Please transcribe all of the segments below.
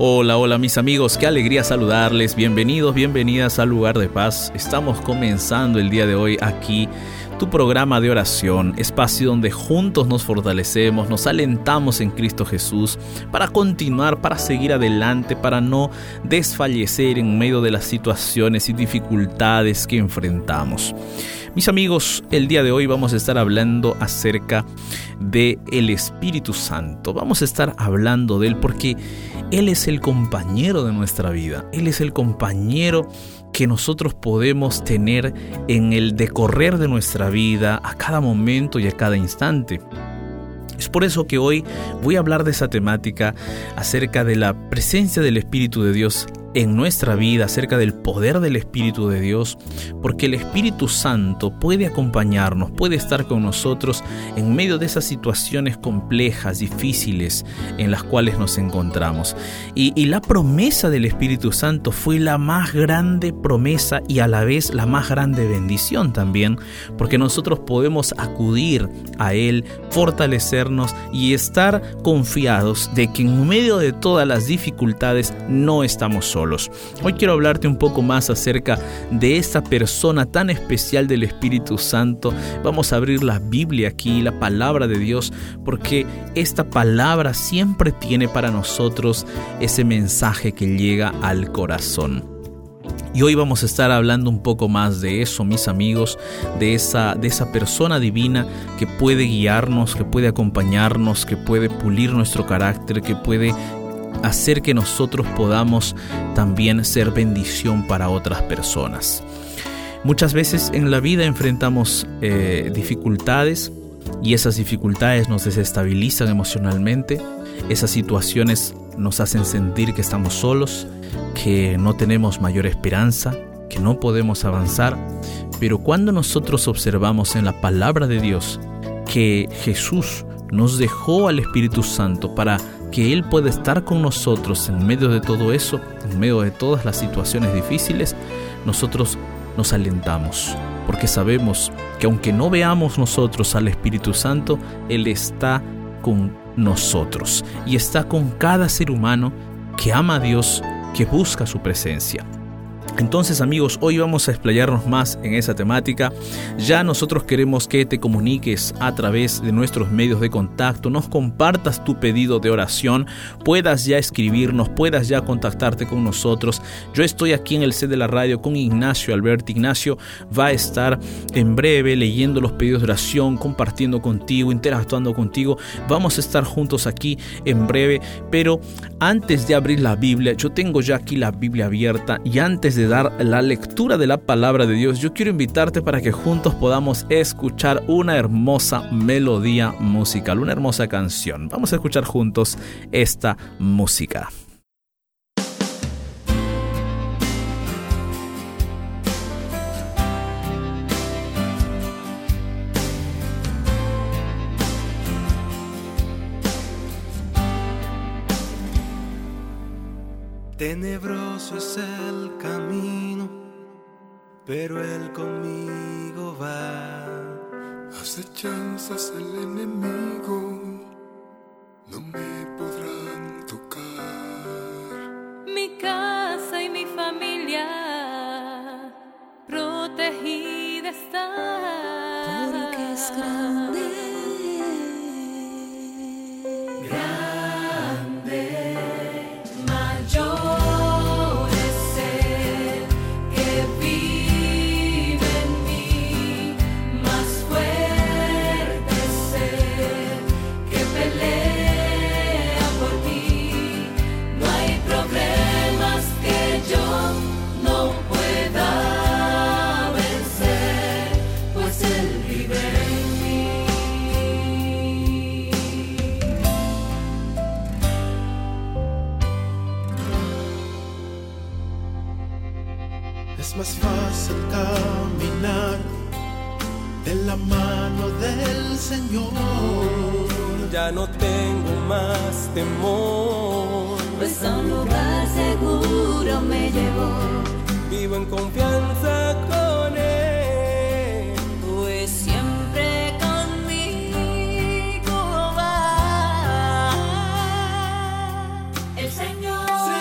Hola, hola mis amigos, qué alegría saludarles, bienvenidos, bienvenidas al Lugar de Paz. Estamos comenzando el día de hoy aquí tu programa de oración, espacio donde juntos nos fortalecemos, nos alentamos en Cristo Jesús para continuar, para seguir adelante, para no desfallecer en medio de las situaciones y dificultades que enfrentamos. Mis amigos, el día de hoy vamos a estar hablando acerca del Espíritu Santo. Vamos a estar hablando de Él porque Él es el compañero de nuestra vida. Él es el compañero que nosotros podemos tener en el decorrer de nuestra vida a cada momento y a cada instante. Es por eso que hoy voy a hablar de esa temática acerca de la presencia del Espíritu de Dios en nuestra vida, acerca del poder del Espíritu de Dios, porque el Espíritu Santo puede acompañarnos, puede estar con nosotros en medio de esas situaciones complejas, difíciles en las cuales nos encontramos. Y la promesa del Espíritu Santo fue la más grande promesa y a la vez la más grande bendición también, porque nosotros podemos acudir a Él, fortalecernos y estar confiados de que en medio de todas las dificultades no estamos solos. Hoy quiero hablarte un poco más acerca de esta persona tan especial del Espíritu Santo. Vamos a abrir la Biblia aquí, la palabra de Dios, porque esta palabra siempre tiene para nosotros ese mensaje que llega al corazón. Y hoy vamos a estar hablando un poco más de eso, mis amigos, de esa persona divina que puede guiarnos, que puede acompañarnos, que puede pulir nuestro carácter, que puede hacer que nosotros podamos también ser bendición para otras personas. Muchas veces en la vida enfrentamos dificultades y esas dificultades nos desestabilizan emocionalmente. Esas situaciones nos hacen sentir que estamos solos, que no tenemos mayor esperanza, que no podemos avanzar. Pero cuando nosotros observamos en la palabra de Dios que Jesús nos dejó al Espíritu Santo para que Él pueda estar con nosotros en medio de todo eso, en medio de todas las situaciones difíciles, nosotros nos alentamos, porque sabemos que aunque no veamos nosotros al Espíritu Santo, Él está con nosotros y está con cada ser humano que ama a Dios, que busca su presencia. Entonces, amigos, hoy vamos a explayarnos más en esa temática. Ya nosotros queremos que te comuniques a través de nuestros medios de contacto, nos compartas tu pedido de oración, puedas ya escribirnos, puedas ya contactarte con nosotros. Yo estoy aquí en el set de la radio con Ignacio Alberti. Ignacio va a estar en breve leyendo los pedidos de oración, compartiendo contigo, interactuando contigo. Vamos a estar juntos aquí en breve, pero antes de abrir la Biblia, yo tengo ya aquí la Biblia abierta y antes de dar la lectura de la palabra de Dios, yo quiero invitarte para que juntos podamos escuchar una hermosa melodía musical, una hermosa canción. Vamos a escuchar juntos esta música. Tenebroso es el camino, pero Él conmigo va. Acechanzas el enemigo no me podrán tocar. Mi casa y mi familia protegida está, porque es grande. Es más fácil caminar de la mano del Señor. Ya no tengo más temor, Pues a un lugar seguro me llevó. vivo en confianza con Él. Pues siempre conmigo va. El Señor.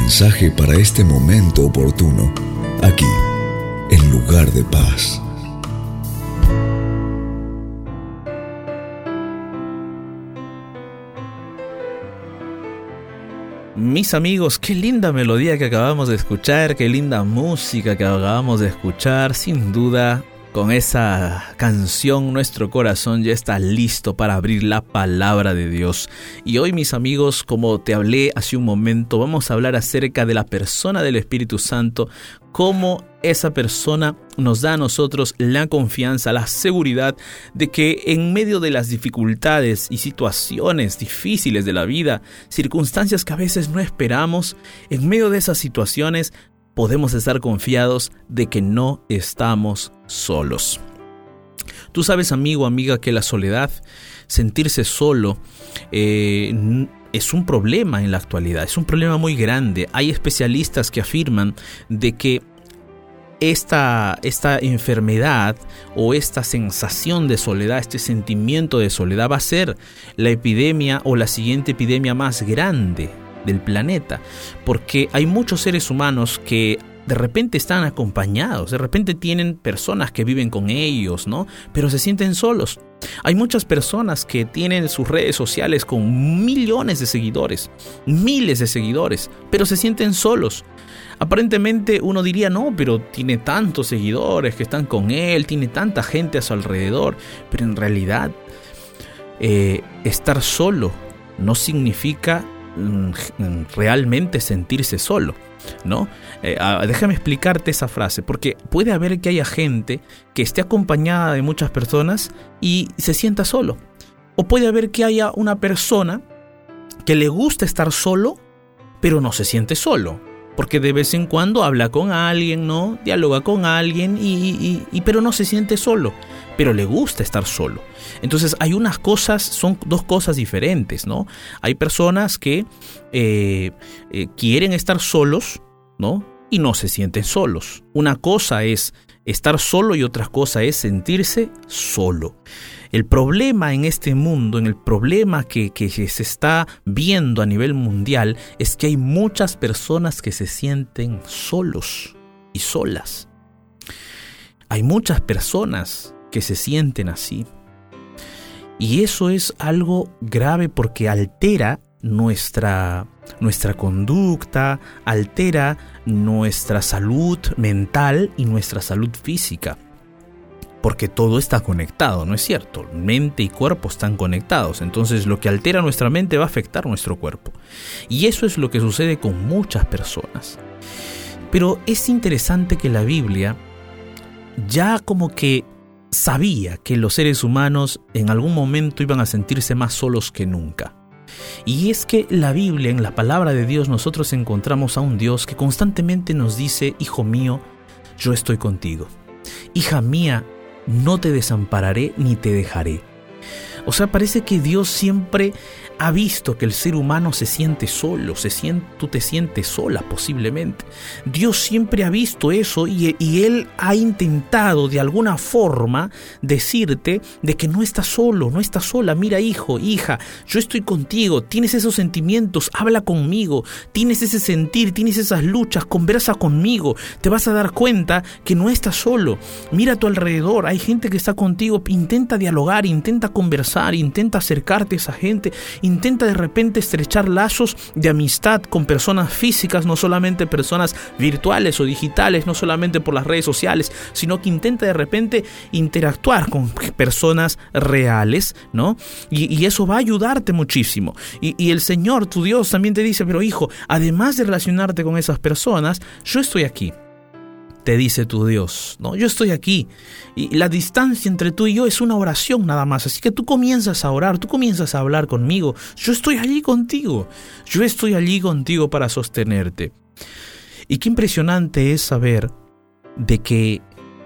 mensaje para este momento oportuno, aquí, en Lugar de Paz. Mis amigos, qué linda melodía que acabamos de escuchar, qué linda música que acabamos de escuchar. Sin duda, con esa canción nuestro corazón ya está listo para abrir la palabra de Dios. Y hoy, mis amigos, como te hablé hace un momento, vamos a hablar acerca de la persona del Espíritu Santo, cómo esa persona nos da a nosotros la confianza, la seguridad de que en medio de las dificultades y situaciones difíciles de la vida, circunstancias que a veces no esperamos, en medio de esas situaciones podemos estar confiados de que no estamos solos. Tú sabes, amigo, amiga, que la soledad, sentirse solo, es un problema en la actualidad, es un problema muy grande. Hay especialistas que afirman de que esta enfermedad o esta sensación de soledad, este sentimiento de soledad va a ser la epidemia o la siguiente epidemia más grande del planeta, porque hay muchos seres humanos que de repente están acompañados, de repente tienen personas que viven con ellos, ¿no? Pero se sienten solos. Hay muchas personas que tienen sus redes sociales con millones de seguidores, miles de seguidores, pero se sienten solos. Aparentemente uno diría, no, pero tiene tantos seguidores que están con él, tiene tanta gente a su alrededor, pero en realidad estar solo no significa realmente sentirse solo, ¿no? Déjame explicarte esa frase, porque puede haber que haya gente que esté acompañada de muchas personas y se sienta solo, o puede haber que haya una persona que le gusta estar solo, pero no se siente solo, porque de vez en cuando habla con alguien, ¿no? Dialoga con alguien pero no se siente solo, pero le gusta estar solo. Entonces hay unas cosas, son dos cosas diferentes, ¿no? Hay personas que quieren estar solos, ¿no? Y no se sienten solos. Una cosa es estar solo y otra cosa es sentirse solo. El problema en este mundo, el problema que se está viendo a nivel mundial, es que hay muchas personas que se sienten solos y solas. Hay muchas personas que se sienten así. Y eso es algo grave porque altera nuestra conducta, altera nuestra salud mental y nuestra salud física. Porque todo está conectado, ¿no es cierto? Mente y cuerpo están conectados. Entonces lo que altera nuestra mente va a afectar nuestro cuerpo. Y eso es lo que sucede con muchas personas. Pero es interesante que la Biblia ya como que sabía que los seres humanos en algún momento iban a sentirse más solos que nunca. Y es que la Biblia, en la palabra de Dios, nosotros encontramos a un Dios que constantemente nos dice: hijo mío, yo estoy contigo. Hija mía, no te desampararé ni te dejaré. O sea, parece que Dios siempre ha visto que el ser humano se siente solo, tú te sientes sola posiblemente. Dios siempre ha visto eso y Él ha intentado de alguna forma decirte de que no estás solo, no estás sola. Mira, hijo, hija, yo estoy contigo, tienes esos sentimientos, habla conmigo, tienes ese sentir, tienes esas luchas, conversa conmigo, te vas a dar cuenta que no estás solo. Mira a tu alrededor, hay gente que está contigo, intenta dialogar, intenta conversar, intenta acercarte a esa gente, intenta de repente estrechar lazos de amistad con personas físicas, no solamente personas virtuales o digitales, no solamente por las redes sociales, sino que intenta de repente interactuar con personas reales, ¿no? Y eso va a ayudarte muchísimo. Y el Señor, tu Dios, también te dice: pero hijo, además de relacionarte con esas personas, yo estoy aquí. Te dice tu Dios, ¿no? Yo estoy aquí. Y la distancia entre tú y yo es una oración nada más. Así que tú comienzas a orar, tú comienzas a hablar conmigo. Yo estoy allí contigo. Yo estoy allí contigo para sostenerte. Y qué impresionante es saber de que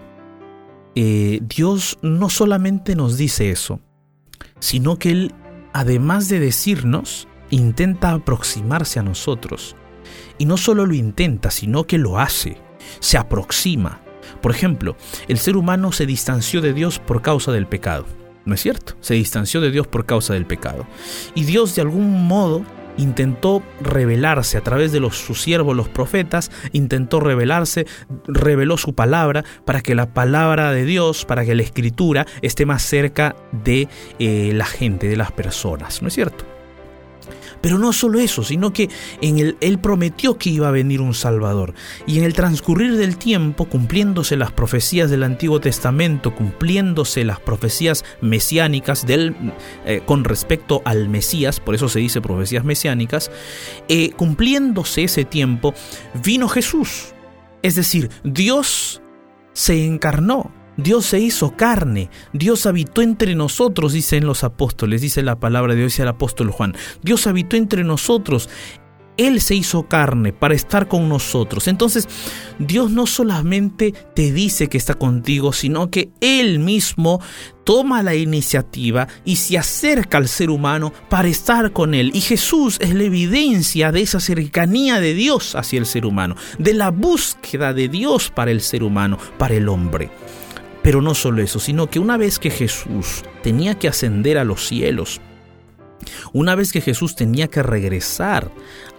Dios no solamente nos dice eso, sino que Él, además de decirnos, intenta aproximarse a nosotros. Y no solo lo intenta, sino que lo hace. Se aproxima. Por ejemplo, el ser humano se distanció de Dios por causa del pecado, ¿no es cierto? Se distanció de Dios por causa del pecado. Y Dios de algún modo intentó revelarse a través de sus siervos, los profetas, intentó revelarse, reveló su palabra para que la palabra de Dios, para que la escritura esté más cerca de la gente, de las personas, ¿no es cierto? Pero no solo eso, sino que Él prometió que iba a venir un Salvador. Y en el transcurrir del tiempo, cumpliéndose las profecías del Antiguo Testamento, cumpliéndose las profecías mesiánicas con respecto al Mesías, por eso se dice profecías mesiánicas, cumpliéndose ese tiempo, vino Jesús. Es decir, Dios se encarnó. Dios se hizo carne, Dios habitó entre nosotros, dicen los apóstoles, dice la palabra de Dios, dice el apóstol Juan. Dios habitó entre nosotros, Él se hizo carne para estar con nosotros. Entonces, Dios no solamente te dice que está contigo, sino que Él mismo toma la iniciativa y se acerca al ser humano para estar con él. Y Jesús es la evidencia de esa cercanía de Dios hacia el ser humano, de la búsqueda de Dios para el ser humano, para el hombre. Pero no solo eso, sino que una vez que Jesús tenía que ascender a los cielos, una vez que Jesús tenía que regresar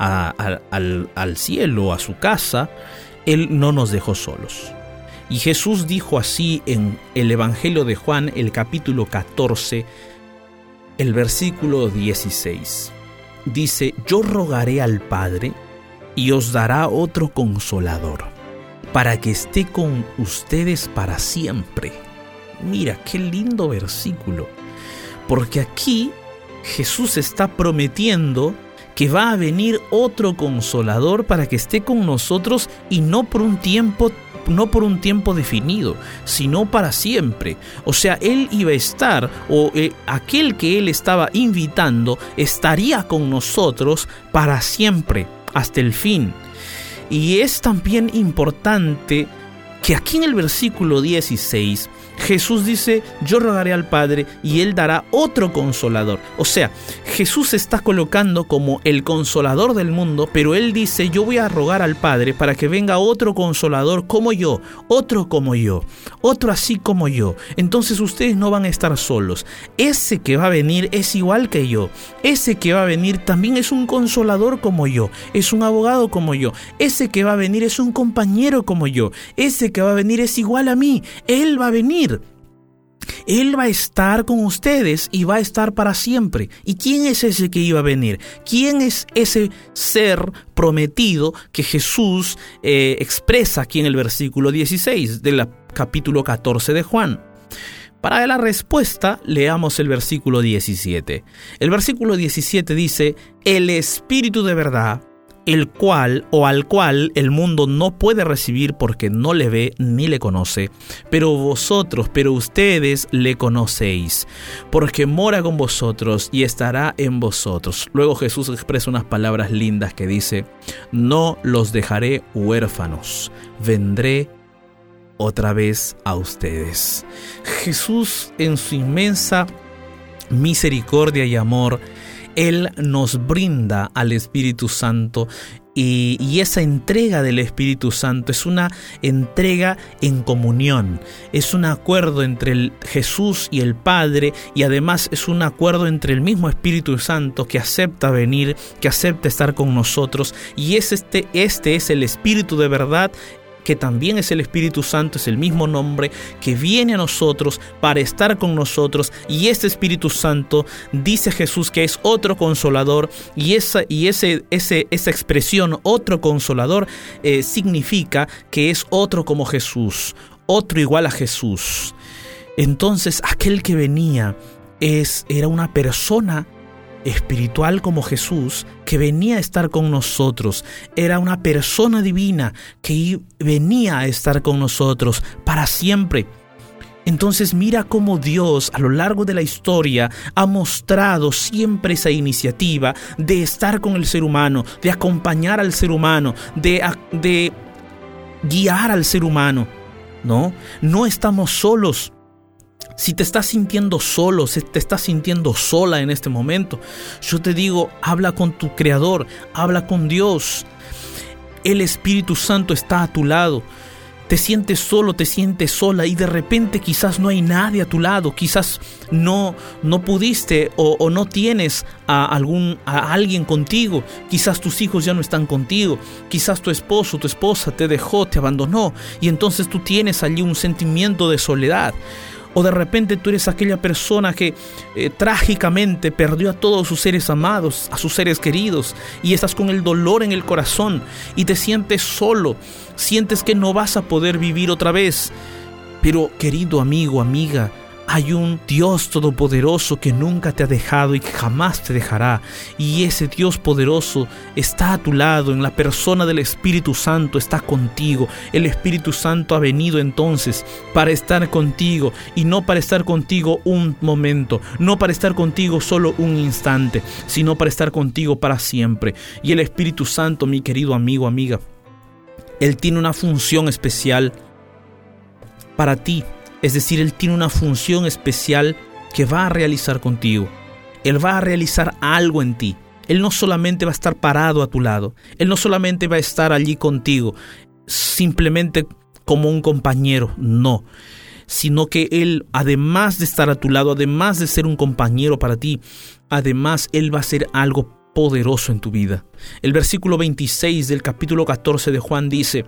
al cielo, a su casa, Él no nos dejó solos. Y Jesús dijo así en el Evangelio de Juan, el capítulo 14, el versículo 16. Dice: yo rogaré al Padre y os dará otro consolador, para que esté con ustedes para siempre. Mira, qué lindo versículo, porque aquí Jesús está prometiendo que va a venir otro consolador para que esté con nosotros, y no por un tiempo definido, sino para siempre. O sea, Él iba a estar, aquel que Él estaba invitando estaría con nosotros para siempre, hasta el fin. Y es también importante que aquí en el versículo 16 Jesús dice: yo rogaré al Padre y Él dará otro consolador. O sea, Jesús se está colocando como el consolador del mundo, pero Él dice: yo voy a rogar al Padre para que venga otro consolador como yo, otro como yo, otro así como yo. Entonces ustedes no van a estar solos. Ese que va a venir es igual que yo. Ese que va a venir también es un consolador como yo, es un abogado como yo. Ese que va a venir es un compañero como yo. Ese que va a venir es igual a mí. Él va a venir. Él va a estar con ustedes y va a estar para siempre. ¿Y quién es ese que iba a venir? ¿Quién es ese ser prometido que Jesús expresa aquí en el versículo 16 del capítulo 14 de Juan? Para la respuesta, leamos el versículo 17. El versículo 17 dice: el Espíritu de verdad, al cual el mundo no puede recibir porque no le ve ni le conoce, pero ustedes le conocéis, porque mora con vosotros y estará en vosotros. Luego Jesús expresa unas palabras lindas que dice: no los dejaré huérfanos, vendré otra vez a ustedes. Jesús, en su inmensa misericordia y amor, Él nos brinda al Espíritu Santo, y esa entrega del Espíritu Santo es una entrega en comunión, es un acuerdo entre Jesús y el Padre, y además es un acuerdo entre el mismo Espíritu Santo que acepta venir, que acepta estar con nosotros, y este es el Espíritu de verdad, que también es el Espíritu Santo, es el mismo nombre, que viene a nosotros para estar con nosotros. Y este Espíritu Santo, dice Jesús, que es otro consolador, y esa expresión, otro consolador, significa que es otro como Jesús, otro igual a Jesús. Entonces, aquel que venía era una persona espiritual como Jesús, que venía a estar con nosotros. Era una persona divina que venía a estar con nosotros para siempre. Entonces mira cómo Dios a lo largo de la historia ha mostrado siempre esa iniciativa de estar con el ser humano, de acompañar al ser humano, de guiar al ser humano. No estamos solos. Si te estás sintiendo solo, si te estás sintiendo sola en este momento, yo te digo, habla con tu Creador, habla con Dios. El Espíritu Santo está a tu lado. te sientes solo, te sientes sola y de repente quizás no hay nadie a tu lado, quizás no pudiste o no tienes a alguien contigo, quizás tus hijos ya no están contigo, quizás tu esposo, tu esposa te dejó, te abandonó y entonces tú tienes allí un sentimiento de soledad. O de repente tú eres aquella persona que trágicamente perdió a todos sus seres amados, a sus seres queridos, y estás con el dolor en el corazón y te sientes solo, sientes que no vas a poder vivir otra vez. Pero querido amigo, amiga, hay un Dios todopoderoso que nunca te ha dejado y que jamás te dejará. Y ese Dios poderoso está a tu lado en la persona del Espíritu Santo, está contigo. El Espíritu Santo ha venido entonces para estar contigo y no para estar contigo un momento, no para estar contigo solo un instante, sino para estar contigo para siempre. Y el Espíritu Santo, mi querido amigo, amiga, Él tiene una función especial para ti. Es decir, Él tiene una función especial que va a realizar contigo. Él va a realizar algo en ti. Él no solamente va a estar parado a tu lado. Él no solamente va a estar allí contigo, simplemente como un compañero. No. Sino que Él, además de estar a tu lado, además de ser un compañero para ti, además Él va a hacer algo poderoso en tu vida. El versículo 26 del capítulo 14 de Juan dice: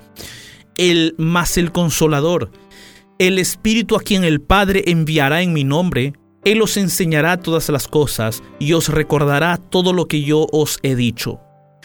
el Consolador, el Espíritu a quien el Padre enviará en mi nombre, Él os enseñará todas las cosas y os recordará todo lo que yo os he dicho.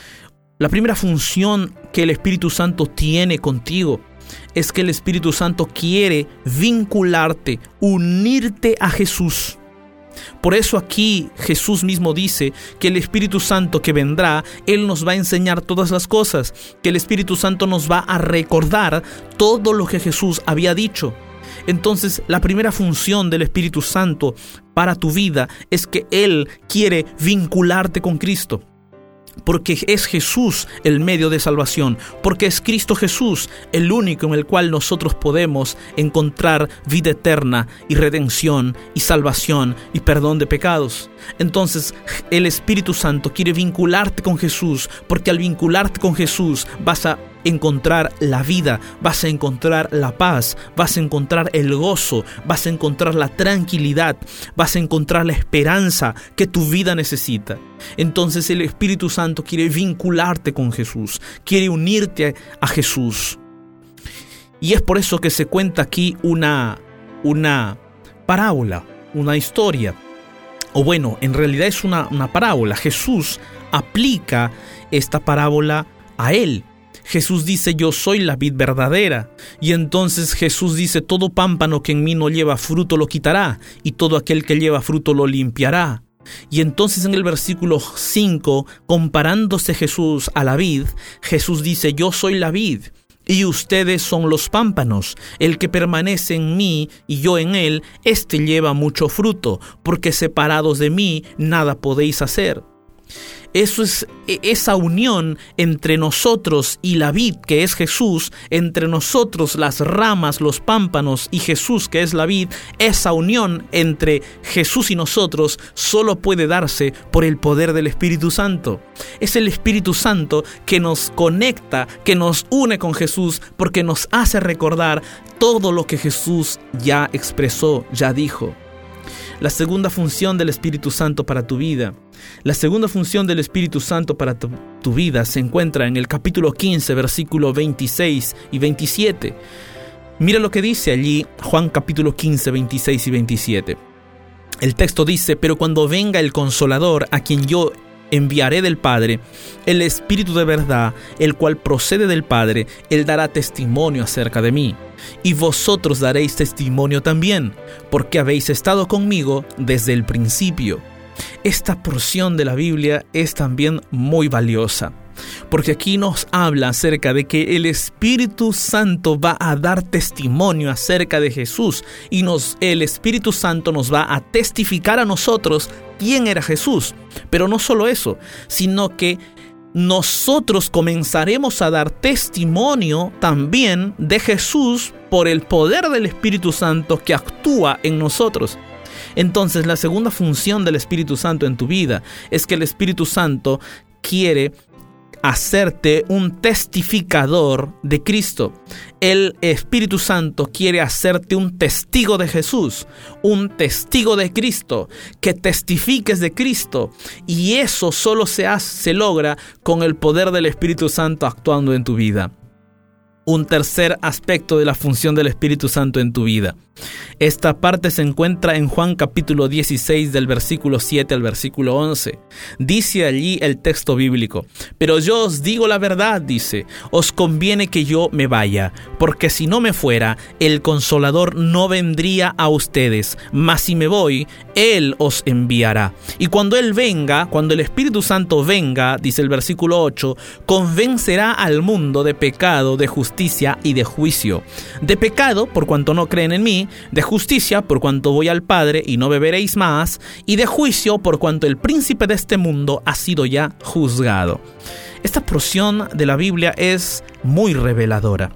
La primera función que el Espíritu Santo tiene contigo es que el Espíritu Santo quiere vincularte, unirte a Jesús. Por eso aquí Jesús mismo dice que el Espíritu Santo que vendrá, Él nos va a enseñar todas las cosas, que el Espíritu Santo nos va a recordar todo lo que Jesús había dicho. Entonces, la primera función del Espíritu Santo para tu vida es que Él quiere vincularte con Cristo. Porque es Jesús el medio de salvación, porque es Cristo Jesús el único en el cual nosotros podemos encontrar vida eterna y redención y salvación y perdón de pecados. Entonces el Espíritu Santo quiere vincularte con Jesús, porque al vincularte con Jesús vas a encontrar la vida, vas a encontrar la paz, vas a encontrar el gozo, vas a encontrar la tranquilidad, vas a encontrar la esperanza que tu vida necesita. Entonces el Espíritu Santo quiere vincularte con Jesús, quiere unirte a Jesús. Y es por eso que se cuenta aquí una parábola, una historia. O bueno, en realidad es una parábola. Jesús aplica esta parábola a Él. Jesús dice: yo soy la vid verdadera. Y entonces Jesús dice: todo pámpano que en mí no lleva fruto lo quitará, y todo aquel que lleva fruto lo limpiará. Y entonces en el versículo 5, comparándose Jesús a la vid, Jesús dice: yo soy la vid, y ustedes son los pámpanos. El que permanece en mí y yo en él, éste lleva mucho fruto, porque separados de mí nada podéis hacer. Eso es esa unión entre nosotros y la vid, que es Jesús, entre nosotros las ramas, los pámpanos, y Jesús, que es la vid. Esa unión entre Jesús y nosotros solo puede darse por el poder del Espíritu Santo. Es el Espíritu Santo que nos conecta, que nos une con Jesús, porque nos hace recordar todo lo que Jesús ya expresó, ya dijo. La segunda función del Espíritu Santo para tu vida. La segunda función del Espíritu Santo para tu vida se encuentra en el capítulo 15, versículos 26 y 27. Mira lo que dice allí Juan capítulo 15, 26 y 27. El texto dice: pero cuando venga el Consolador, a quien yo enviaré del Padre, el Espíritu de verdad, el cual procede del Padre, Él dará testimonio acerca de mí. Y vosotros daréis testimonio también, porque habéis estado conmigo desde el principio. Esta porción de la Biblia es también muy valiosa, porque aquí nos habla acerca de que el Espíritu Santo va a dar testimonio acerca de Jesús, y el Espíritu Santo nos va a testificar a nosotros quién era Jesús. Pero no solo eso, sino que nosotros comenzaremos a dar testimonio también de Jesús por el poder del Espíritu Santo que actúa en nosotros. Entonces, la segunda función del Espíritu Santo en tu vida es que el Espíritu Santo quiere hacerte un testificador de Cristo. El Espíritu Santo quiere hacerte un testigo de Jesús, un testigo de Cristo, que testifiques de Cristo. Y eso solo se logra con el poder del Espíritu Santo actuando en tu vida. Un tercer aspecto de la función del Espíritu Santo en tu vida. Esta parte se encuentra en Juan capítulo 16 del versículo 7 al versículo 11. Dice allí el texto bíblico: pero yo os digo la verdad, dice, os conviene que yo me vaya, porque si no me fuera, el Consolador no vendría a ustedes, mas si me voy, Él os enviará. Y cuando Él venga, cuando el Espíritu Santo venga, dice el versículo 8, convencerá al mundo de pecado, de justicia y de juicio. De pecado, por cuanto no creen en mí; de justicia, por cuanto voy al Padre y no beberéis más; y de juicio, por cuanto el príncipe de este mundo ha sido ya juzgado. Esta porción de la Biblia es muy reveladora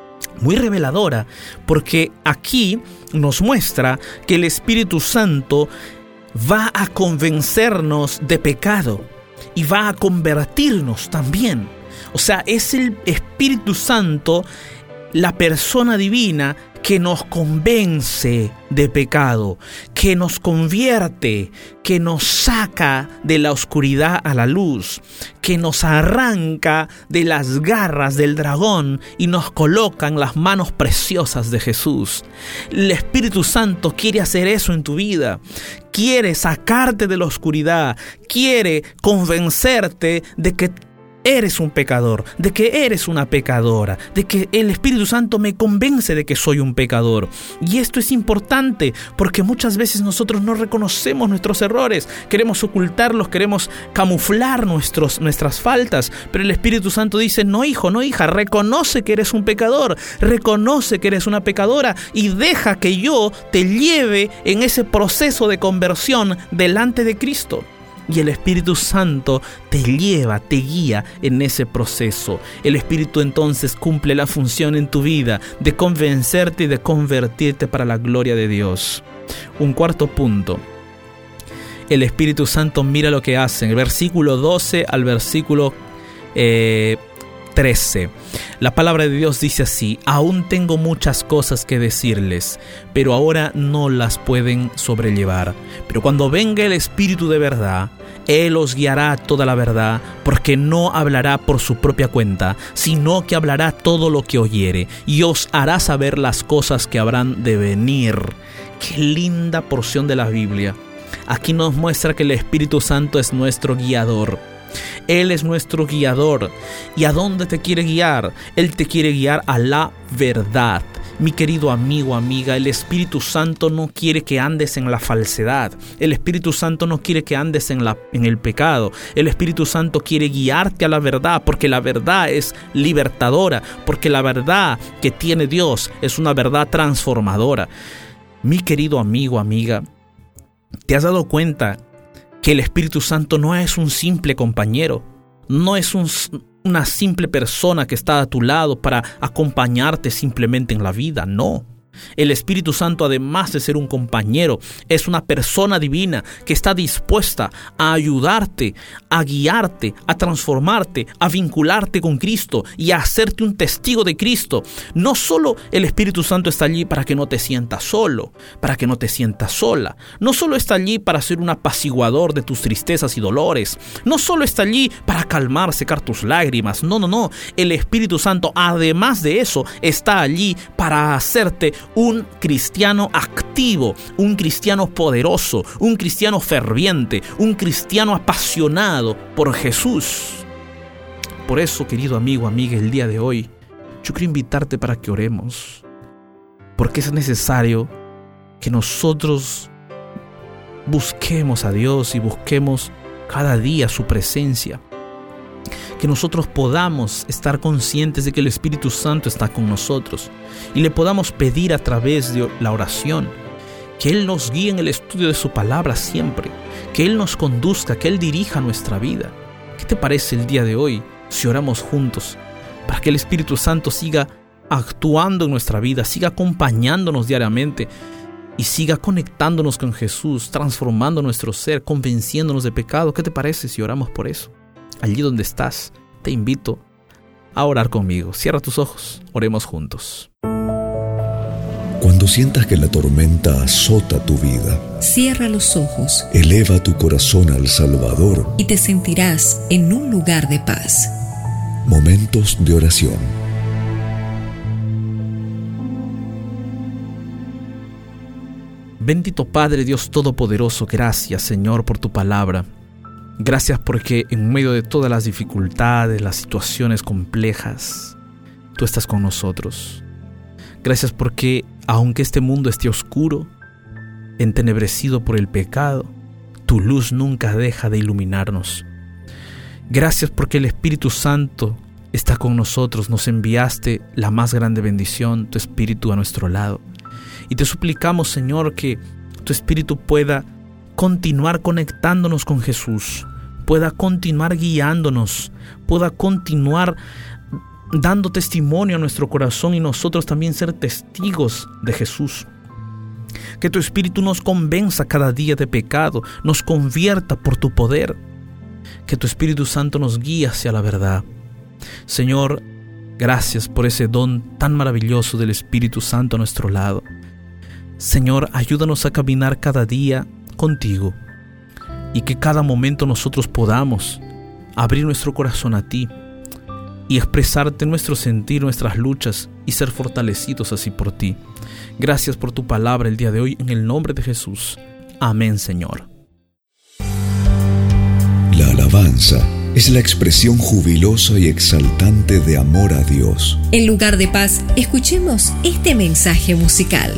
porque aquí nos muestra que el Espíritu Santo va a convencernos de pecado y va a convertirnos también. O sea, es el Espíritu Santo, la persona divina, que nos convence de pecado, que nos convierte, que nos saca de la oscuridad a la luz, que nos arranca de las garras del dragón y nos coloca en las manos preciosas de Jesús. El Espíritu Santo quiere hacer eso en tu vida. Quiere sacarte de la oscuridad, quiere convencerte de que eres un pecador, de que eres una pecadora, de que el Espíritu Santo me convence de que soy un pecador. Y esto es importante porque muchas veces nosotros no reconocemos nuestros errores, queremos ocultarlos, queremos camuflar nuestras faltas, pero el Espíritu Santo dice: no, hijo, no, hija, reconoce que eres un pecador, reconoce que eres una pecadora y deja que yo te lleve en ese proceso de conversión delante de Cristo. Y el Espíritu Santo te lleva, te guía en ese proceso. El Espíritu entonces cumple la función en tu vida de convencerte y de convertirte para la gloria de Dios. Un cuarto punto. El Espíritu Santo mira lo que hace. En el versículo 12 al versículo 13. La palabra de Dios dice así: aún tengo muchas cosas que decirles, pero ahora no las pueden sobrellevar. Pero cuando venga el Espíritu de verdad, Él os guiará a toda la verdad, porque no hablará por su propia cuenta, sino que hablará todo lo que oyere, y os hará saber las cosas que habrán de venir. Qué linda porción de la Biblia. Aquí nos muestra que el Espíritu Santo es nuestro guiador. Él es nuestro guiador. ¿Y a dónde te quiere guiar? Él te quiere guiar a la verdad. Mi querido amigo, amiga, el Espíritu Santo no quiere que andes en la falsedad. El Espíritu Santo no quiere que andes en el pecado. El Espíritu Santo quiere guiarte a la verdad, porque la verdad es libertadora, porque la verdad que tiene Dios es una verdad transformadora. Mi querido amigo, amiga, ¿te has dado cuenta que el Espíritu Santo no es un simple compañero? No es una simple persona que está a tu lado para acompañarte simplemente en la vida, no. El Espíritu Santo, además de ser un compañero, es una persona divina que está dispuesta a ayudarte, a guiarte, a transformarte, a vincularte con Cristo y a hacerte un testigo de Cristo. No solo el Espíritu Santo está allí para que no te sientas solo, para que no te sientas sola. No solo está allí para ser un apaciguador de tus tristezas y dolores. No solo está allí para calmar, secar tus lágrimas. No. El Espíritu Santo, además de eso, está allí para hacerte un cristiano activo, un cristiano poderoso, un cristiano ferviente, un cristiano apasionado por Jesús. Por eso, querido amigo, amiga, el día de hoy, yo quiero invitarte para que oremos, porque es necesario que nosotros busquemos a Dios y busquemos cada día su presencia. Que nosotros podamos estar conscientes de que el Espíritu Santo está con nosotros y le podamos pedir a través de la oración que Él nos guíe en el estudio de su palabra siempre, que Él nos conduzca, que Él dirija nuestra vida. ¿Qué te parece el día de hoy si oramos juntos para que el Espíritu Santo siga actuando en nuestra vida, siga acompañándonos diariamente y siga conectándonos con Jesús, transformando nuestro ser, convenciéndonos de pecado? ¿Qué te parece si oramos por eso? Allí donde estás, te invito a orar conmigo. Cierra tus ojos, oremos juntos. Cuando sientas que la tormenta azota tu vida, cierra los ojos, eleva tu corazón al Salvador y te sentirás en un lugar de paz. Momentos de oración. Bendito Padre Dios Todopoderoso, gracias Señor por tu palabra. Gracias porque en medio de todas las dificultades, las situaciones complejas, tú estás con nosotros. Gracias porque aunque este mundo esté oscuro, entenebrecido por el pecado, tu luz nunca deja de iluminarnos. Gracias porque el Espíritu Santo está con nosotros. Nos enviaste la más grande bendición, tu Espíritu a nuestro lado. Y te suplicamos, Señor, que tu Espíritu pueda continuar conectándonos con Jesús, pueda continuar guiándonos, pueda continuar dando testimonio a nuestro corazón y nosotros también ser testigos de Jesús. Que tu Espíritu nos convenza cada día de pecado, nos convierta por tu poder. Que tu Espíritu Santo nos guíe hacia la verdad. Señor, gracias por ese don tan maravilloso del Espíritu Santo a nuestro lado. Señor, ayúdanos a caminar cada día contigo y que cada momento nosotros podamos abrir nuestro corazón a ti y expresarte nuestro sentir, nuestras luchas y ser fortalecidos así por ti. Gracias por tu palabra el día de hoy, en el nombre de Jesús. Amén, Señor. La alabanza es la expresión jubilosa y exaltante de amor a Dios. En lugar de paz, escuchemos este mensaje musical.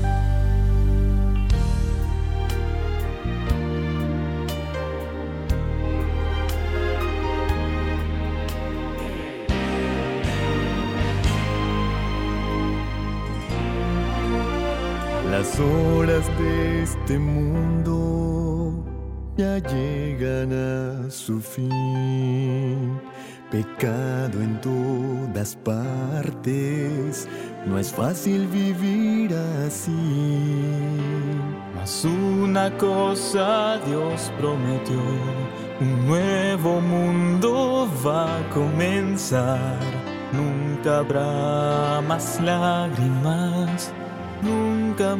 Las horas de este mundo ya llegan a su fin. Pecado en todas partes, no es fácil vivir así. Mas una cosa Dios prometió, un nuevo mundo va a comenzar. Nunca habrá más lágrimas, nunca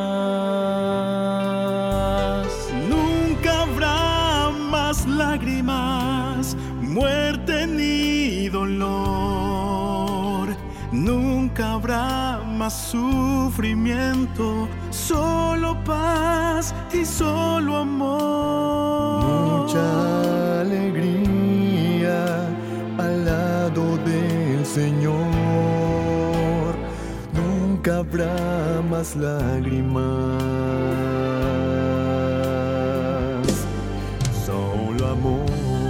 más. Nunca habrá más lágrimas, muerte ni dolor. Nunca habrá más sufrimiento, solo paz y solo amor. Mucha alegría al lado del Señor. Nunca habrá más lágrimas, solo amor.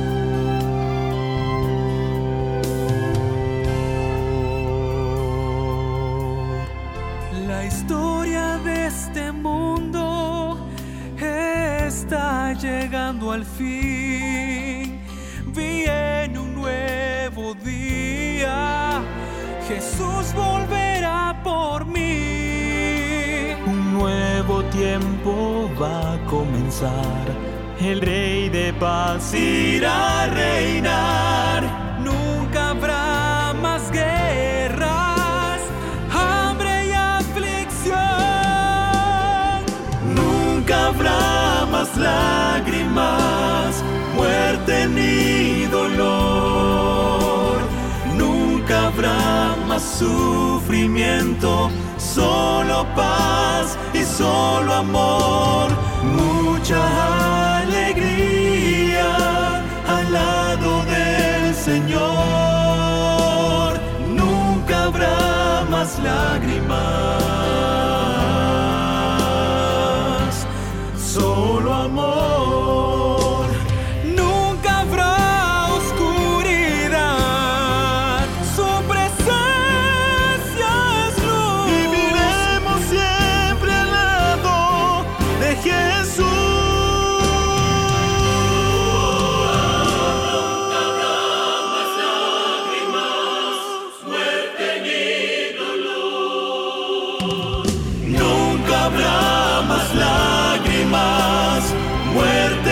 La historia de este mundo está llegando al fin. Viene un nuevo día, Jesús volverá por mí. Un nuevo tiempo va a comenzar, el Rey de paz irá a reinar. Nunca habrá más guerras, hambre y aflicción. Nunca habrá más lágrimas, muerte ni dolor. Nunca habrá más sufrimiento, solo paz y solo amor. Mucha alegría al lado del Señor. Nunca habrá más lágrimas, solo amor. Nunca habrá oscuridad, su presencia es luz. Viviremos siempre al lado de Jesús. Nunca habrá más lágrimas, muerte